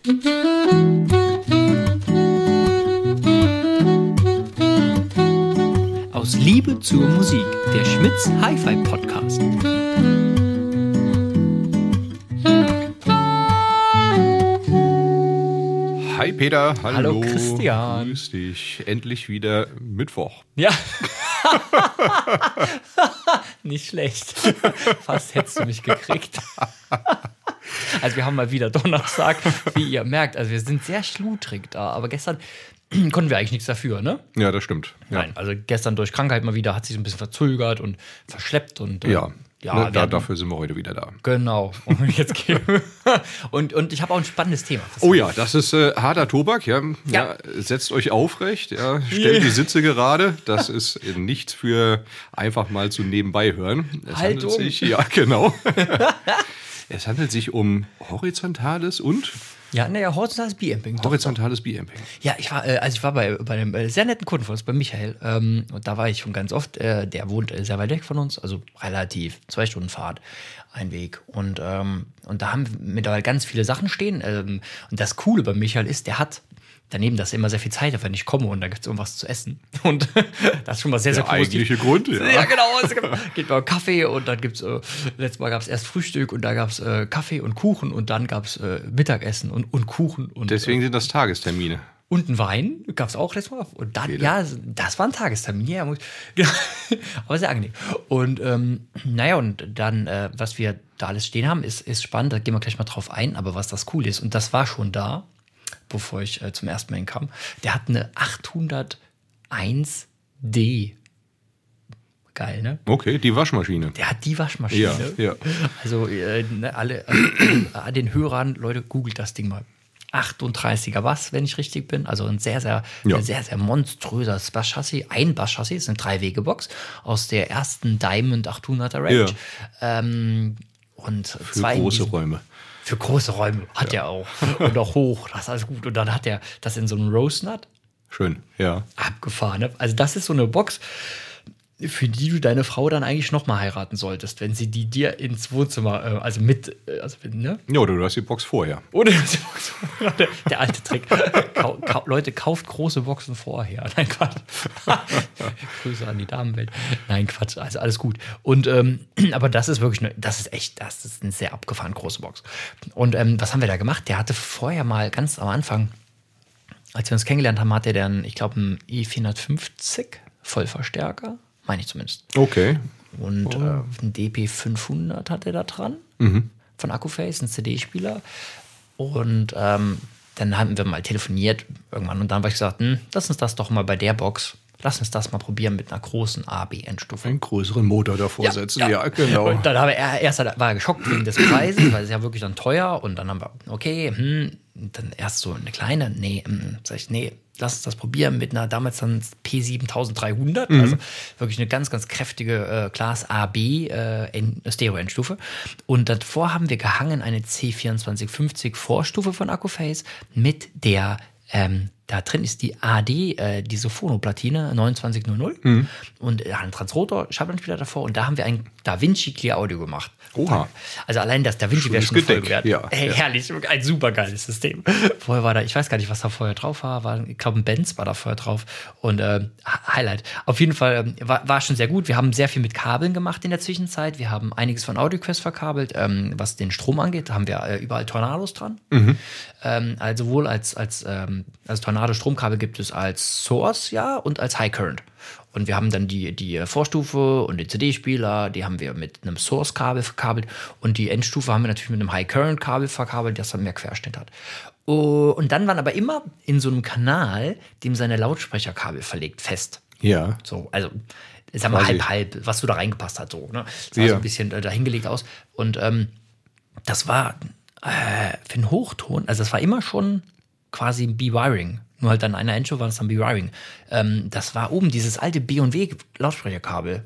Aus Liebe zur Musik, der Schmitz Hi-Fi Podcast. Hi Peter, hallo. Hallo Christian. Grüß dich. Endlich wieder Mittwoch. Ja. Nicht schlecht. Fast hättest du mich gekriegt. Also wir haben mal wieder Donnerstag, wie ihr merkt. Also wir sind sehr schludrig da. Aber gestern konnten wir eigentlich nichts dafür, ne? Ja, das stimmt. Ja. Nein, also gestern durch Krankheit mal wieder hat sich ein bisschen verzögert und verschleppt. Und, dafür sind wir heute wieder da. Genau. Und jetzt und ich habe auch ein spannendes Thema. Oh ja, das ist harter Tobak. Ja. Setzt euch aufrecht, stellt die Sitze gerade. Das ist nichts für einfach mal zu nebenbei hören. Es handelt sich um horizontales und horizontales Beamping. horizontales Beamping. Ja, ich war bei einem sehr netten Kunden von uns, bei Michael. Und da war ich schon ganz oft. Der wohnt sehr weit weg von uns, also relativ 2 Stunden Fahrt, ein Weg. Und da haben wir mittlerweile ganz viele Sachen stehen. Und das Coole bei Michael ist, der hat daneben, dass er immer sehr viel Zeit hat, wenn ich komme und da gibt es irgendwas zu essen. Und das ist schon mal sehr, sehr positiv. Der eigentliche Grund, ja. Ja, genau. Es geht mal Kaffee und dann gibt es, letztes Mal gab es erst Frühstück und da gab es Kaffee und Kuchen und dann gab es Mittagessen und Kuchen. Und deswegen sind das Tagestermine. Und ein Wein gab es auch letztes Mal. Und dann, das war ein Tagestermin. Ja, aber sehr angenehm. Und und dann, was wir da alles stehen haben, ist spannend. Da gehen wir gleich mal drauf ein. Aber was das cool ist, und das war schon da, bevor ich zum ersten Mal hinkam, der hat eine 801D. Geil, ne? Okay, die Waschmaschine. Der hat die Waschmaschine. Ja. Also alle den Hörern, Leute, googelt das Ding mal. 38er Bass, wenn ich richtig bin. Also ein sehr, sehr monströser Basschassis. Ein Basschassis, ist eine 3-Wege-Box aus der ersten Diamond 800er Range. Ja. Und für große Räume. Für große Räume hat er auch. Und auch hoch, das ist alles gut. Und dann hat er das in so einem Rose Nut. Schön, ja. Abgefahren. Ne? Also das ist so eine Box, für die du deine Frau dann eigentlich nochmal heiraten solltest, wenn sie die dir ins Wohnzimmer, ne? Ja, oder du hast die Box vorher. Oder du hast die Box vorher. Der alte Trick. Leute, kauft große Boxen vorher. Nein, Quatsch. Grüße an die Damenwelt. Nein, Quatsch, also alles gut. Und, aber das ist wirklich, das ist eine sehr abgefahren große Box. Und was haben wir da gemacht? Der hatte vorher mal ganz am Anfang, als wir uns kennengelernt haben, hatte der ich glaube, einen E450 Vollverstärker. Meine ich zumindest. Okay. Und ein DP500 hat er da dran. Von Accuface, ein CD-Spieler. Und dann haben wir mal telefoniert irgendwann. Und dann habe ich gesagt, lass uns das doch mal bei der Box, lass uns das mal probieren mit einer großen AB-Endstufe. Einen größeren Motor davor setzen, ja, genau. Und dann war er geschockt wegen des Preises, weil es ja wirklich dann teuer. Und dann haben wir, dann erst so eine kleine, sag ich, lass uns das probieren mit einer damals dann P7300, also wirklich eine ganz, ganz kräftige Class AB Stereo-Endstufe. Und davor haben wir gehangen eine C2450 Vorstufe von Accuface mit der, da drin ist die AD, diese Phonoplatine 2900 und ein Transrotor, Schallplattenspieler davor und da haben wir ein DaVinci Clear Audio gemacht. Oha. Also allein das DaVinci wäre schon voll wert. Ja. Herrlich, ein super geiles System. Vorher war da, ich weiß gar nicht, was da vorher drauf war, ich glaube ein Benz war da vorher drauf und Highlight. Auf jeden Fall war schon sehr gut. Wir haben sehr viel mit Kabeln gemacht in der Zwischenzeit. Wir haben einiges von AudioQuest verkabelt. Was den Strom angeht, da haben wir überall Tornados dran. Also sowohl als Tornado-Stromkabel gibt es als Source, und als High Current. Und wir haben dann die Vorstufe und den CD-Spieler, die haben wir mit einem Source-Kabel verkabelt. Und die Endstufe haben wir natürlich mit einem High-Current-Kabel verkabelt, das dann mehr Querschnitt hat. Und dann waren aber immer in so einem Kanal, dem seine Lautsprecherkabel verlegt, fest. Ja. So, also, sagen wir halb, was so da reingepasst hat. So, ne? Das sah so ein bisschen dahingelegt aus. Und das war für den Hochton, also das war immer schon quasi ein B-Wiring. Nur halt an einer Endstufe war es dann B-Wiring. Das war oben dieses alte B&W-Lautsprecherkabel.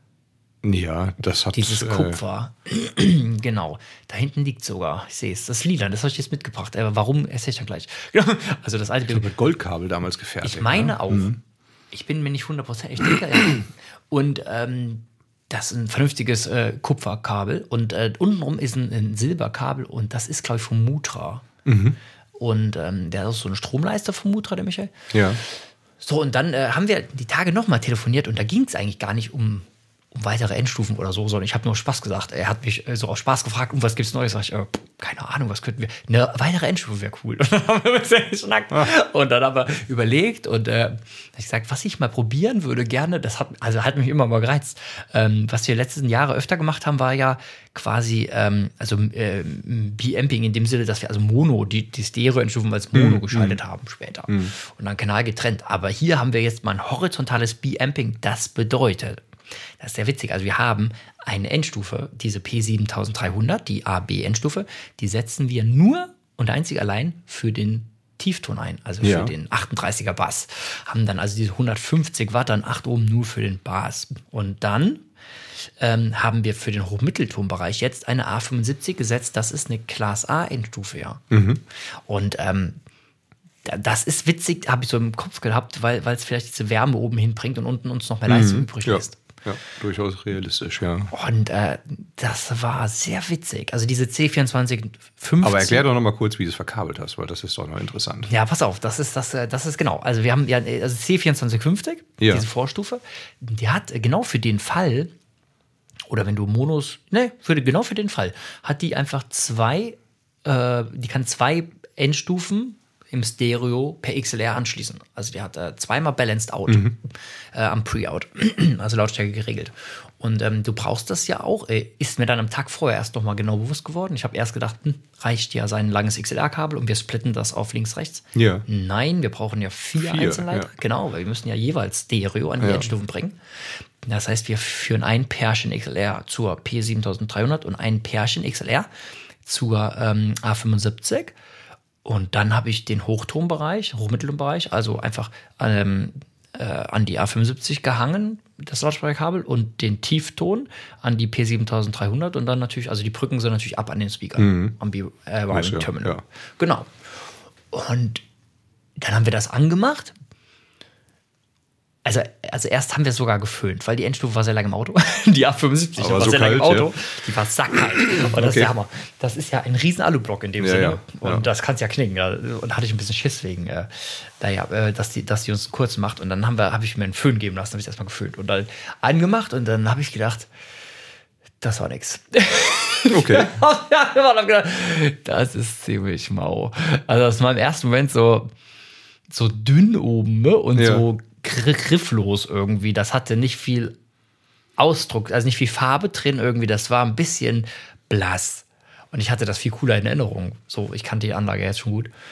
Ja, das hat... Dieses Kupfer. Genau. Da hinten liegt sogar. Ich sehe es. Das Lila, das habe ich jetzt mitgebracht. Warum, erzähle ich dann gleich. Also das alte... mit Goldkabel damals gefertigt. Ich meine auch. Ich bin mir nicht 100%. Ich denke, und das ist ein vernünftiges Kupferkabel. Und untenrum ist ein Silberkabel. Und das ist, glaube ich, vom Mutra. und der ist so eine Stromleistervermuter, der Michael. Ja. So, und dann haben wir die Tage nochmal telefoniert und da ging es eigentlich gar nicht um weitere Endstufen oder so, sondern ich habe nur Spaß gesagt. Er hat mich so aus Spaß gefragt, was gibt's Neues? Sag ich, keine Ahnung, was könnten wir? Eine weitere Endstufe wäre cool. Und dann haben wir uns geschnackt. Und dann haben wir überlegt und ich gesagt, was ich mal probieren würde gerne, das hat mich immer mal gereizt. Was wir letzten Jahre öfter gemacht haben, war ja quasi B-Amping in dem Sinne, dass wir also Mono, die Stereo-Endstufen als Mono geschaltet haben später. Und dann Kanal getrennt. Aber hier haben wir jetzt mal ein horizontales B-Amping. Das bedeutet, das ist sehr witzig. Also wir haben eine Endstufe, diese P7300, die AB-Endstufe, die setzen wir nur und einzig allein für den Tiefton ein, also für den 38er Bass. Haben dann also diese 150 Watt, dann 8 Ohm nur für den Bass. Und dann haben wir für den Hochmitteltonbereich jetzt eine A75 gesetzt. Das ist eine Class A-Endstufe, ja. Und das ist witzig, habe ich so im Kopf gehabt, weil es vielleicht diese Wärme oben hinbringt und unten uns noch mehr Leistung übrig lässt. Ja, durchaus realistisch, ja. Und das war sehr witzig. Also diese C2450. Aber erklär doch noch mal kurz, wie du es verkabelt hast, weil das ist doch noch interessant. Ja, pass auf, das ist genau. Also wir haben ja also C2450, diese Vorstufe, die hat genau für den Fall, oder wenn du genau für den Fall, hat die einfach die kann zwei Endstufen im Stereo per XLR anschließen. Also die hat zweimal Balanced Out am Pre-Out, also Lautstärke geregelt. Und du brauchst das ja auch. Ist mir dann am Tag vorher erst noch mal genau bewusst geworden. Ich habe erst gedacht, reicht ja sein langes XLR-Kabel und wir splitten das auf links, rechts. Ja. Nein, wir brauchen ja vier Einzelleiter. Ja. Genau, weil wir müssen ja jeweils Stereo an die Endstufen bringen. Das heißt, wir führen ein Pärchen XLR zur P7300 und ein Pärchen XLR zur A75. Und dann habe ich den Hochtonbereich, Hochmitteltonbereich, also einfach an die A75 gehangen, das Lautsprecherkabel, und den Tiefton an die P7300 und dann natürlich, also die Brücken sind natürlich ab an den Speaker, am Terminal. Ja. Genau. Und dann haben wir das angemacht. Also erst haben wir es sogar geföhnt, weil die Endstufe war sehr lange im Auto. Die A75 war so sehr lange im Auto. Ja. Die war sackkalt. Und das ist der Hammer. Das ist ja ein riesen Alublock in dem Sinne. Ja. Und das kann es ja knicken. Und da hatte ich ein bisschen Schiss wegen, dass die uns einen kurzen macht. Und dann habe ich mir einen Föhn geben lassen, habe ich erstmal geföhnt. Und dann angemacht und dann habe ich gedacht, das war nix. Okay. Das ist ziemlich mau. Also das war im ersten Moment so dünn oben, ne? Und so grifflos irgendwie. Das hatte nicht viel Ausdruck, also nicht viel Farbe drin irgendwie. Das war ein bisschen blass. Und ich hatte das viel cooler in Erinnerung. So, ich kannte die Anlage jetzt schon gut.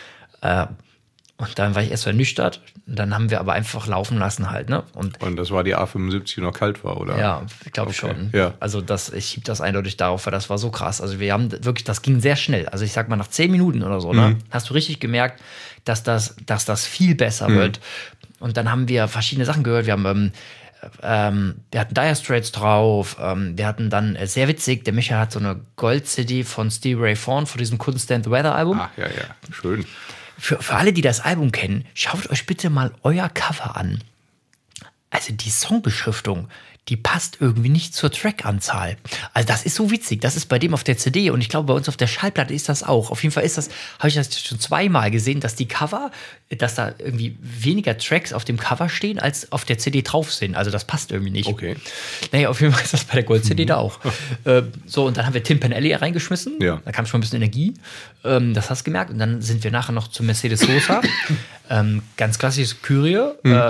Und dann war ich erst ernüchtert. Dann haben wir aber einfach laufen lassen halt, ne? Und das war die A75, die noch kalt war, oder? Ja, ich glaube schon. Ja. Also ich schieb das eindeutig darauf, weil das war so krass. Also wir haben wirklich, das ging sehr schnell. Also ich sag mal, nach 10 Minuten oder so, ne, hast du richtig gemerkt, dass das viel besser wird. Und dann haben wir verschiedene Sachen gehört. Wir haben wir hatten Dire Straits drauf. Wir hatten dann, sehr witzig, der Michael hat so eine Gold-CD von Stevie Ray Vaughan von diesem Couldn't Stand the Weather-Album. Ach, ja, schön. Für alle, die das Album kennen, schaut euch bitte mal euer Cover an. Also die Songbeschriftung, die passt irgendwie nicht zur Trackanzahl. Also das ist so witzig. Das ist bei dem auf der CD und ich glaube, bei uns auf der Schallplatte ist das auch. Auf jeden Fall habe ich das schon zweimal gesehen, dass die Cover, dass da irgendwie weniger Tracks auf dem Cover stehen, als auf der CD drauf sind. Also das passt irgendwie nicht. Okay. Naja, auf jeden Fall ist das bei der Gold-CD da auch. So, und dann haben wir Tim Panelli reingeschmissen. Ja. Da kam schon ein bisschen Energie. Das hast du gemerkt. Und dann sind wir nachher noch zu Mercedes Sosa. Ganz klassisches Kyrie.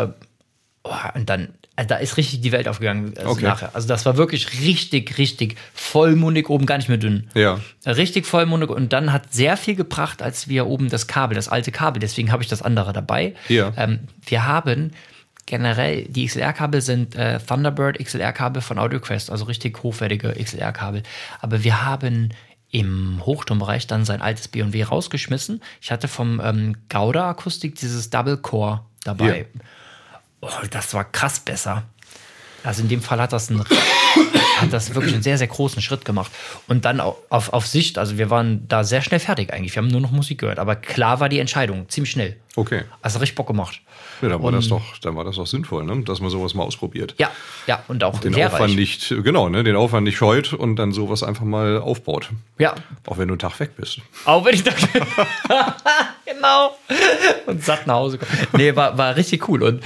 Und dann, da ist richtig die Welt aufgegangen nachher. Also das war wirklich richtig, richtig vollmundig, oben gar nicht mehr dünn. Ja. Richtig vollmundig und dann hat sehr viel gebracht, als wir oben das alte Kabel, deswegen habe ich das andere dabei. Ja. Wir haben generell, die XLR-Kabel sind Thunderbird XLR-Kabel von AudioQuest, also richtig hochwertige XLR-Kabel. Aber wir haben im Hochtonbereich dann sein altes B&W rausgeschmissen. Ich hatte vom Gauda Akustik dieses Double Core dabei. Ja. Oh, das war krass besser. Also in dem Fall hat das wirklich einen sehr, sehr großen Schritt gemacht. Und dann auf Sicht, also wir waren da sehr schnell fertig eigentlich. Wir haben nur noch Musik gehört. Aber klar war die Entscheidung, ziemlich schnell. Okay. Also richtig Bock gemacht. Ja, dann war das doch sinnvoll, ne? Dass man sowas mal ausprobiert. Ja, und auch den Aufwand nicht, den Aufwand nicht scheut und dann sowas einfach mal aufbaut. Ja. Auch wenn du einen Tag weg bist. Auch wenn ich da Genau. Und satt nach Hause kommen. Nee, war richtig cool. Und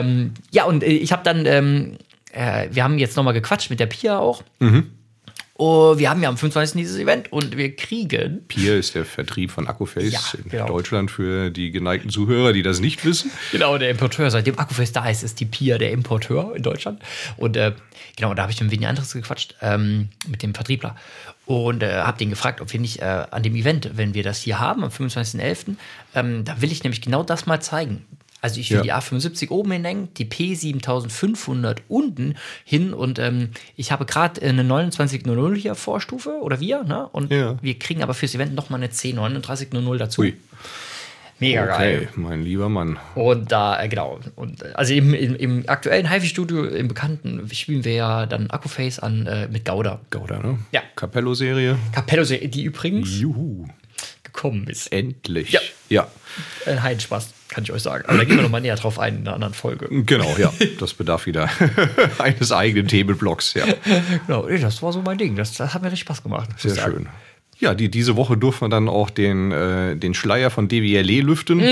ich habe dann, wir haben jetzt nochmal gequatscht mit der Pia auch. Oh, wir haben ja am 25. dieses Event und wir kriegen... Pia ist der Vertrieb von Akkuface in genau. Deutschland für die geneigten Zuhörer, die das nicht wissen. Genau, der Importeur. Seitdem Akkuface da ist die Pia der Importeur in Deutschland. Und da habe ich mit wenig anderes gequatscht, mit dem Vertriebler. Und habe den gefragt, ob wir nicht an dem Event, wenn wir das hier haben, am 25.11., da will ich nämlich genau das mal zeigen. Also ich will die A75 oben hinhängen, die P7500 unten hin und ich habe gerade eine 2900 hier Vorstufe oder ne? Und wir kriegen aber fürs Event nochmal eine C3900 dazu. Ui. Mega geil. Okay, mein lieber Mann. Und da, genau. Und also im aktuellen HiFi-Studio, im Bekannten, spielen wir ja dann Akkuface an mit Gauda. Gauda, ne? Ja. Capello-Serie. Capello-Serie, die übrigens gekommen ist. Endlich. Ja. Ein Heidenspaß, kann ich euch sagen. Aber da gehen wir nochmal näher drauf ein in einer anderen Folge. Genau, ja. Das bedarf wieder eines eigenen Themenblocks, ja. Genau, das war so mein Ding. Das hat mir richtig Spaß gemacht. Sehr schön. Ja, diese Woche durften wir dann auch den Schleier von DWLE lüften.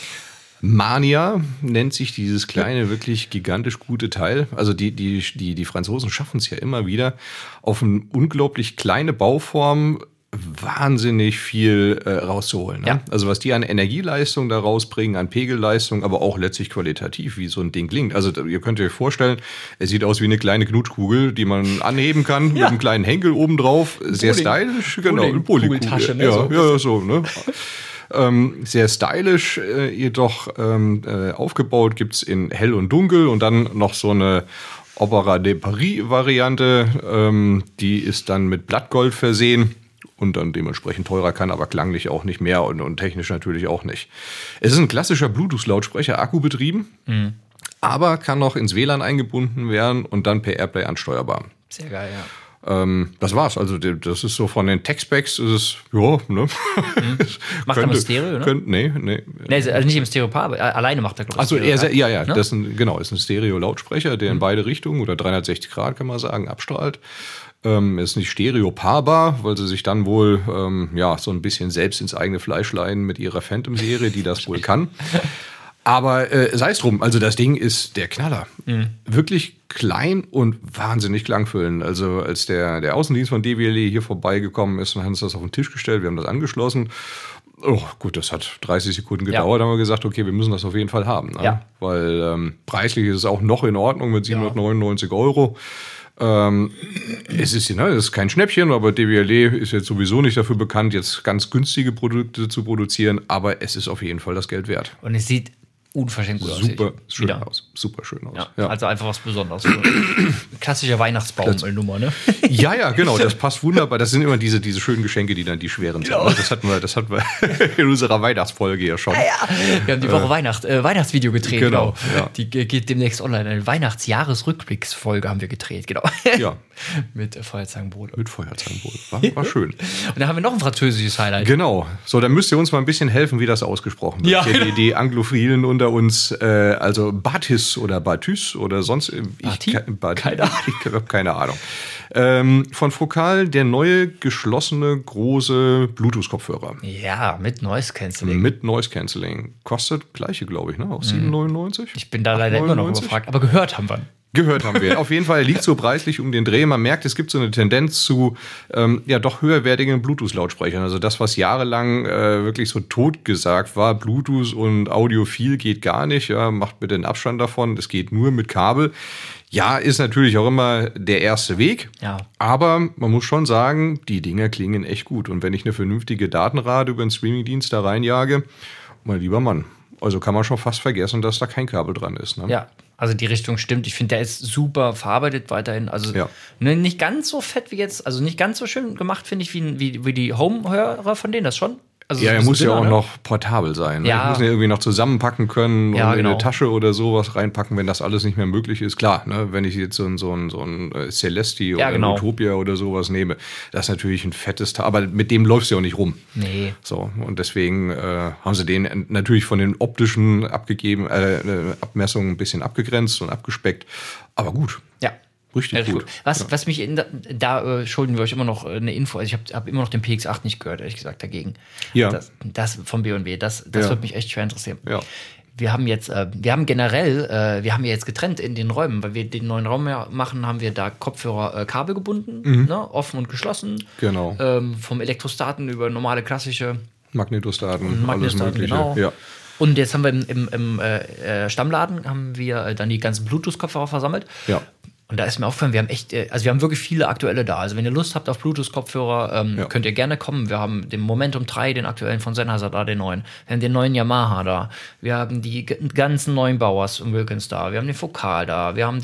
Mania nennt sich dieses kleine, wirklich gigantisch gute Teil. Also die Franzosen schaffen es ja immer wieder, auf eine unglaublich kleine Bauform wahnsinnig viel rauszuholen. Ne? Ja. Also was die an Energieleistung da rausbringen, an Pegelleistung, aber auch letztlich qualitativ, wie so ein Ding klingt. Also ihr könnt euch vorstellen, es sieht aus wie eine kleine Knutschkugel, die man anheben kann mit einem kleinen Henkel oben drauf. Sehr stylisch. Genau, eine Bowling-Kugeltasche. Ne? So, ne? Sehr stylisch, jedoch aufgebaut gibt's in hell und dunkel und dann noch so eine Opera de Paris-Variante, die ist dann mit Blattgold versehen. Und dann dementsprechend teurer, kann aber klanglich auch nicht mehr und technisch natürlich auch nicht. Es ist ein klassischer Bluetooth-Lautsprecher, akkubetrieben, aber kann noch ins WLAN eingebunden werden und dann per Airplay ansteuerbar. Sehr geil, ja. Das war's. Also das ist so von den Tech-Specs, ist es, ja, ne? Macht er mit Stereo, ne? Nee, also nicht im Stereo-Paar, aber alleine macht er, glaube ich. Achso, ja. Ne? Das ist ein Stereo-Lautsprecher, der in beide Richtungen oder 360 Grad, kann man sagen, abstrahlt. Ist nicht stereopaarbar, weil sie sich dann wohl so ein bisschen selbst ins eigene Fleisch leiden mit ihrer Phantom-Serie, die das wohl kann. Aber sei es drum, also das Ding ist der Knaller. Wirklich klein und wahnsinnig klangfüllend. Also als der Außendienst von DWLE hier vorbeigekommen ist, dann haben sie das auf den Tisch gestellt, wir haben das angeschlossen. Oh, gut, das hat 30 Sekunden gedauert, haben wir gesagt, okay, wir müssen das auf jeden Fall haben. Ne? Ja. Weil preislich ist es auch noch in Ordnung mit 799 €. Es ist kein Schnäppchen, aber DWLE ist jetzt sowieso nicht dafür bekannt, jetzt ganz günstige Produkte zu produzieren, aber es ist auf jeden Fall das Geld wert. Und es sieht unverschämt gut aus. Super schön aus. Ja. Also einfach was Besonderes. Klassische Weihnachtsbaum-Nummer, ne? Ja, genau, das passt wunderbar. Das sind immer diese schönen Geschenke, die dann die schweren sind. Genau. Das hatten wir in unserer Weihnachtsfolge ja schon. Ja. Wir haben die Woche Weihnachtsvideo gedreht, genau. Ja. Die geht demnächst online. Eine Weihnachtsjahresrückblicksfolge haben wir gedreht, genau. Ja. Mit Feuerzangenbowle. War schön. Und dann haben wir noch ein französisches Highlight. Genau. So, dann müsst ihr uns mal ein bisschen helfen, wie das ausgesprochen wird. Ja. Die Anglophilen unter uns, also Batis oder Batus oder sonst. Ich habe keine Ahnung. Von Focal der neue geschlossene große Bluetooth-Kopfhörer. Ja, mit Noise Cancelling. Kostet gleiche, glaube ich, ne? Auch 7,99? Ich bin da leider immer noch überfragt, aber gehört haben wir. Auf jeden Fall liegt so preislich um den Dreh. Man merkt, es gibt so eine Tendenz zu doch höherwertigen Bluetooth-Lautsprechern. Also das, was jahrelang wirklich so totgesagt war, Bluetooth und Audiophil geht gar nicht. Ja, macht bitte einen Abstand davon. Es geht nur mit Kabel. Ja, ist natürlich auch immer der erste Weg. Ja. Aber man muss schon sagen, die Dinger klingen echt gut. Und wenn ich eine vernünftige Datenrate über einen Streamingdienst da reinjage, mein lieber Mann, also kann man schon fast vergessen, dass da kein Kabel dran ist. Ne? Ja, also die Richtung stimmt. Ich finde, der ist super verarbeitet weiterhin. Also nicht ganz so fett wie jetzt, also nicht ganz so schön gemacht, finde ich, wie die Home-Hörer von denen, das schon. Also er muss ja auch noch portabel sein. Ne? Ja. Ich muss ihn irgendwie noch zusammenpacken können und in eine Tasche oder sowas reinpacken, wenn das alles nicht mehr möglich ist. Klar, ne? Wenn ich jetzt so ein Celesti oder ein Utopia oder sowas nehme, das ist natürlich ein fettes Teil, aber mit dem läufst du ja auch nicht rum. Nee. So, und deswegen haben sie den natürlich von den optischen Abmessungen ein bisschen abgegrenzt und abgespeckt. Aber gut. Ja. Richtig gut. Was mich da schulden wir euch immer noch eine Info. Also ich habe immer noch den PX8 nicht gehört, ehrlich gesagt, dagegen. Ja. Das vom B&W, das würde mich echt schwer interessieren. Ja. Wir haben jetzt getrennt in den Räumen, weil wir den neuen Raum machen, haben wir da Kopfhörer Kabel gebunden, ne, offen und geschlossen. Genau. Vom Elektrostaten über normale klassische Magnetostaten, alles Mögliche. Genau. Ja. Und jetzt haben wir im Stammladen haben wir dann die ganzen Bluetooth-Kopfhörer versammelt. Ja. Und da ist mir aufgefallen, wir haben wirklich viele aktuelle da. Also wenn ihr Lust habt auf Bluetooth-Kopfhörer, könnt ihr gerne kommen. Wir haben den Momentum 3, den aktuellen von Sennheiser da, den neuen. Wir haben den neuen Yamaha da. Wir haben die ganzen neuen Bauers und Wilkins da. Wir haben den Fokal da. Wir haben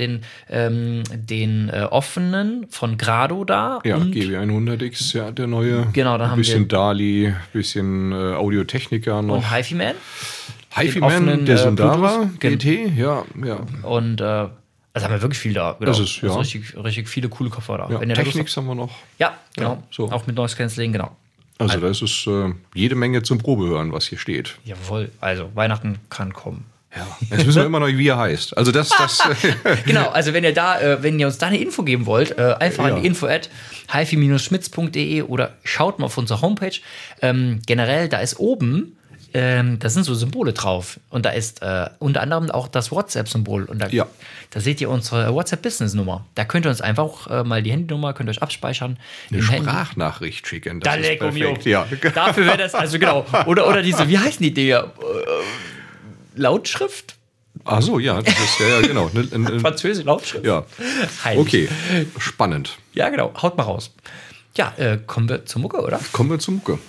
den offenen von Grado da. Ja, GB100X, ja, der neue. Genau, dann haben wir bisschen DALI, bisschen Audio-Technica noch. Und HiFi-Man. HiFi-Man, der Sundara GT, ja. Und also haben wir wirklich viel da. Genau. Das ist, ja. Also richtig viele coole Kopfhörer da. Ja, Technics haben wir noch. Ja, genau. Ja, so. Auch mit Noise Cancelling, genau. Also das ist jede Menge zum Probehören, was hier steht. Jawohl, also Weihnachten kann kommen. Ja. Jetzt wissen wir immer noch, wie er heißt. Also das genau, also wenn ihr uns da eine Info geben wollt, einfach an die info@hifi-schmitz.de oder schaut mal auf unsere Homepage. Generell, da ist oben da sind so Symbole drauf. Und da ist unter anderem auch das WhatsApp-Symbol. Und da seht ihr unsere WhatsApp-Business-Nummer. Da könnt ihr uns einfach mal die Handynummer, könnt ihr euch abspeichern. Eine Sprachnachricht schicken. Das ist perfekt. Ja. Dafür wäre das, also genau. Oder diese, wie heißen die Dinger? Lautschrift? Ach so, ja, das ist ja genau. Französische Lautschrift? Ja. Heilig. Okay, spannend. Ja, genau. Haut mal raus. Ja, kommen wir zur Mucke, oder? Kommen wir zur Mucke.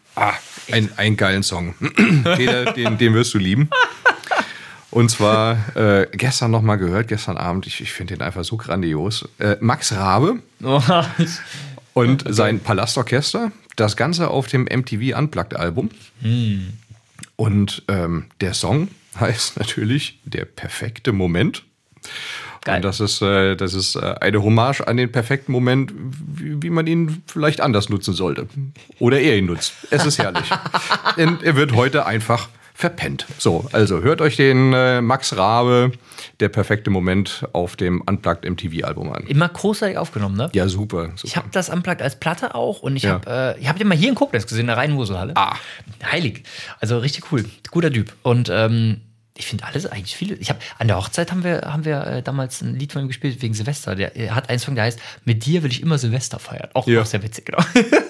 Ein geilen Song. Peter, den wirst du lieben. Und zwar gestern noch mal gehört, gestern Abend. Ich finde den einfach so grandios. Max Rabe und sein Palastorchester. Das Ganze auf dem MTV Unplugged-Album. Und der Song heißt natürlich Der perfekte Moment. Geil. Und das ist eine Hommage an den perfekten Moment, wie man ihn vielleicht anders nutzen sollte. Oder er ihn nutzt. Es ist herrlich. Denn er wird heute einfach verpennt. So, also hört euch den Max Rabe, Der perfekte Moment, auf dem Unplugged MTV-Album an. Immer großartig aufgenommen, ne? Ja, super. Ich habe das Unplugged als Platte auch und ich habe den mal hier in Koblenz gesehen, in der Rhein-Mosel-Halle. Heilig. Also richtig cool. Guter Typ. Und ich finde alles eigentlich viele. An der Hochzeit haben wir damals ein Lied von ihm gespielt wegen Silvester. Der hat einen Song, der heißt Mit dir will ich immer Silvester feiern. Auch sehr witzig, genau.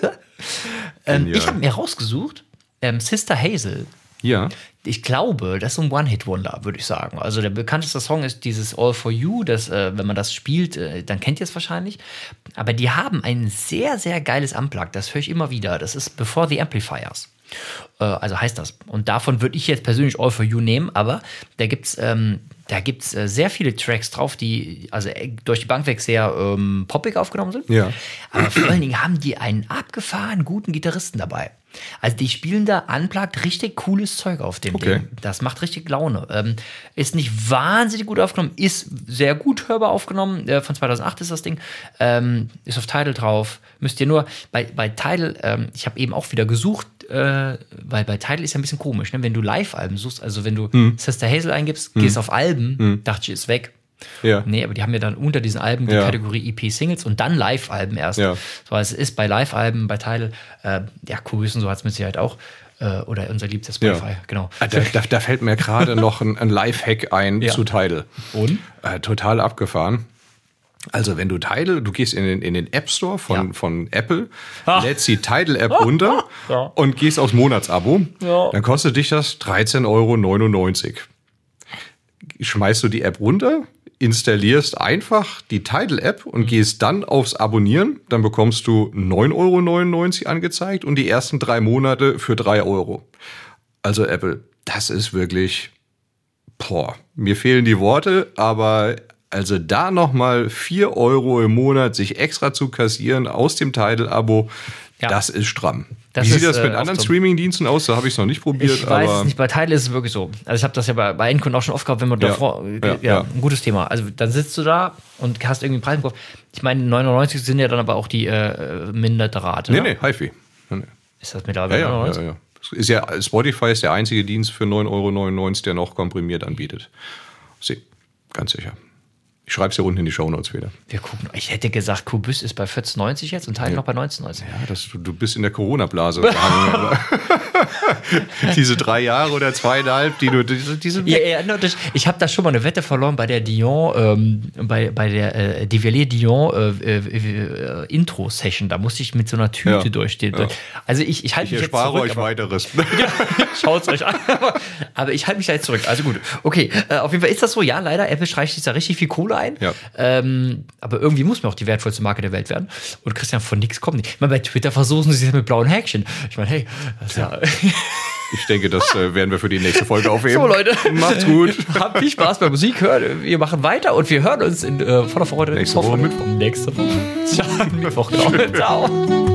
Ich habe mir rausgesucht, Sister Hazel. Ja. Ich glaube, das ist ein One-Hit-Wonder, würde ich sagen. Also der bekannteste Song ist dieses All For You. Das, wenn man das spielt, dann kennt ihr es wahrscheinlich. Aber die haben ein sehr, sehr geiles Unplugged. Das höre ich immer wieder. Das ist Before the Amplifiers. Also heißt das. Und davon würde ich jetzt persönlich All For You nehmen. Aber da gibt's sehr viele Tracks drauf, die also durch die Bank weg sehr poppig aufgenommen sind. Ja. Aber vor allen Dingen haben die einen abgefahren guten Gitarristen dabei. Also die spielen da unplugged richtig cooles Zeug auf dem Ding. Das macht richtig Laune. Ist nicht wahnsinnig gut aufgenommen, ist sehr gut hörbar aufgenommen. Von 2008 ist das Ding. Ist auf Tidal drauf. Müsst ihr nur, bei Tidal, ich habe eben auch wieder gesucht, weil bei Tidal ist ja ein bisschen komisch, ne? Wenn du Live-Alben suchst, also wenn du Sister Hazel eingibst, gehst auf Alben, dachte ich, ist weg. Ja. Nee, aber die haben ja dann unter diesen Alben die Kategorie EP-Singles und dann Live-Alben erst. Ja. So, also es ist bei Live-Alben, bei Tidal, Kubus und so hat es mit Sicherheit auch. Oder unser liebster Spotify, genau. Da fällt mir gerade noch ein Live-Hack ein zu Tidal. Und? Total abgefahren. Also wenn du gehst in den App Store von Apple, lädst die Tidal-App runter und gehst aufs Monatsabo, dann kostet dich das 13,99 €. Schmeißt du die App runter, installierst einfach die Tidal-App und gehst dann aufs Abonnieren, dann bekommst du 9,99 € angezeigt und die ersten 3 Monate für 3 €. Also Apple, das ist wirklich, mir fehlen die Worte, aber also da nochmal 4 € im Monat sich extra zu kassieren aus dem Tidal-Abo, das ist stramm. Wie sieht das mit anderen Streaming-Diensten aus? Da habe ich es noch nicht probiert. Ich weiß es nicht, bei Tidal ist es wirklich so. Also ich habe das ja bei Endkunden auch schon oft gehabt, wenn man davor, ein gutes Thema. Also dann sitzt du da und hast irgendwie einen Preis im Kopf. Ich meine, 99 sind ja dann aber auch die minderte Rate. Nee, HiFi. Nee. Ist das mittlerweile 99? Ja. Ist ja, Spotify ist der einzige Dienst für 9,99 €, der noch komprimiert anbietet. Ganz sicher. Ich schreibe es ja unten in die Shownotes wieder. Wir gucken. Ich hätte gesagt, Kubus ist bei 14,90 jetzt und Teil noch bei 19,90. Ja, du bist in der Corona-Blase gehangen. Diese 3 Jahre oder 2,5, die sind weg. Ja, ich habe da schon mal eine Wette verloren bei der Dion, bei der Devilliers Dion Intro-Session. Da musste ich mit so einer Tüte durchstehen. Ja. Also ich halte mich jetzt zurück. Ich erspare euch weiteres. Ja, schaut's euch an. Aber ich halte mich da jetzt zurück. Also gut. Okay, auf jeden Fall ist das so. Ja, leider, Apple streicht sich da richtig viel Kohle ein. Ja. Aber irgendwie muss mir auch die wertvollste Marke der Welt werden. Und Christian, von nix kommt nicht. Ich meine, bei Twitter versuchen sie es mit blauen Häkchen. Ich meine, hey, das ist ja. Ich denke, das werden wir für die nächste Folge aufheben. So, Leute. Macht's gut. Habt viel Spaß bei Musik hören. Wir machen weiter und wir hören uns von der Freude nächste Woche Mittwoch. Nächste Woche. Ciao. Mittwoch, genau. Ciao.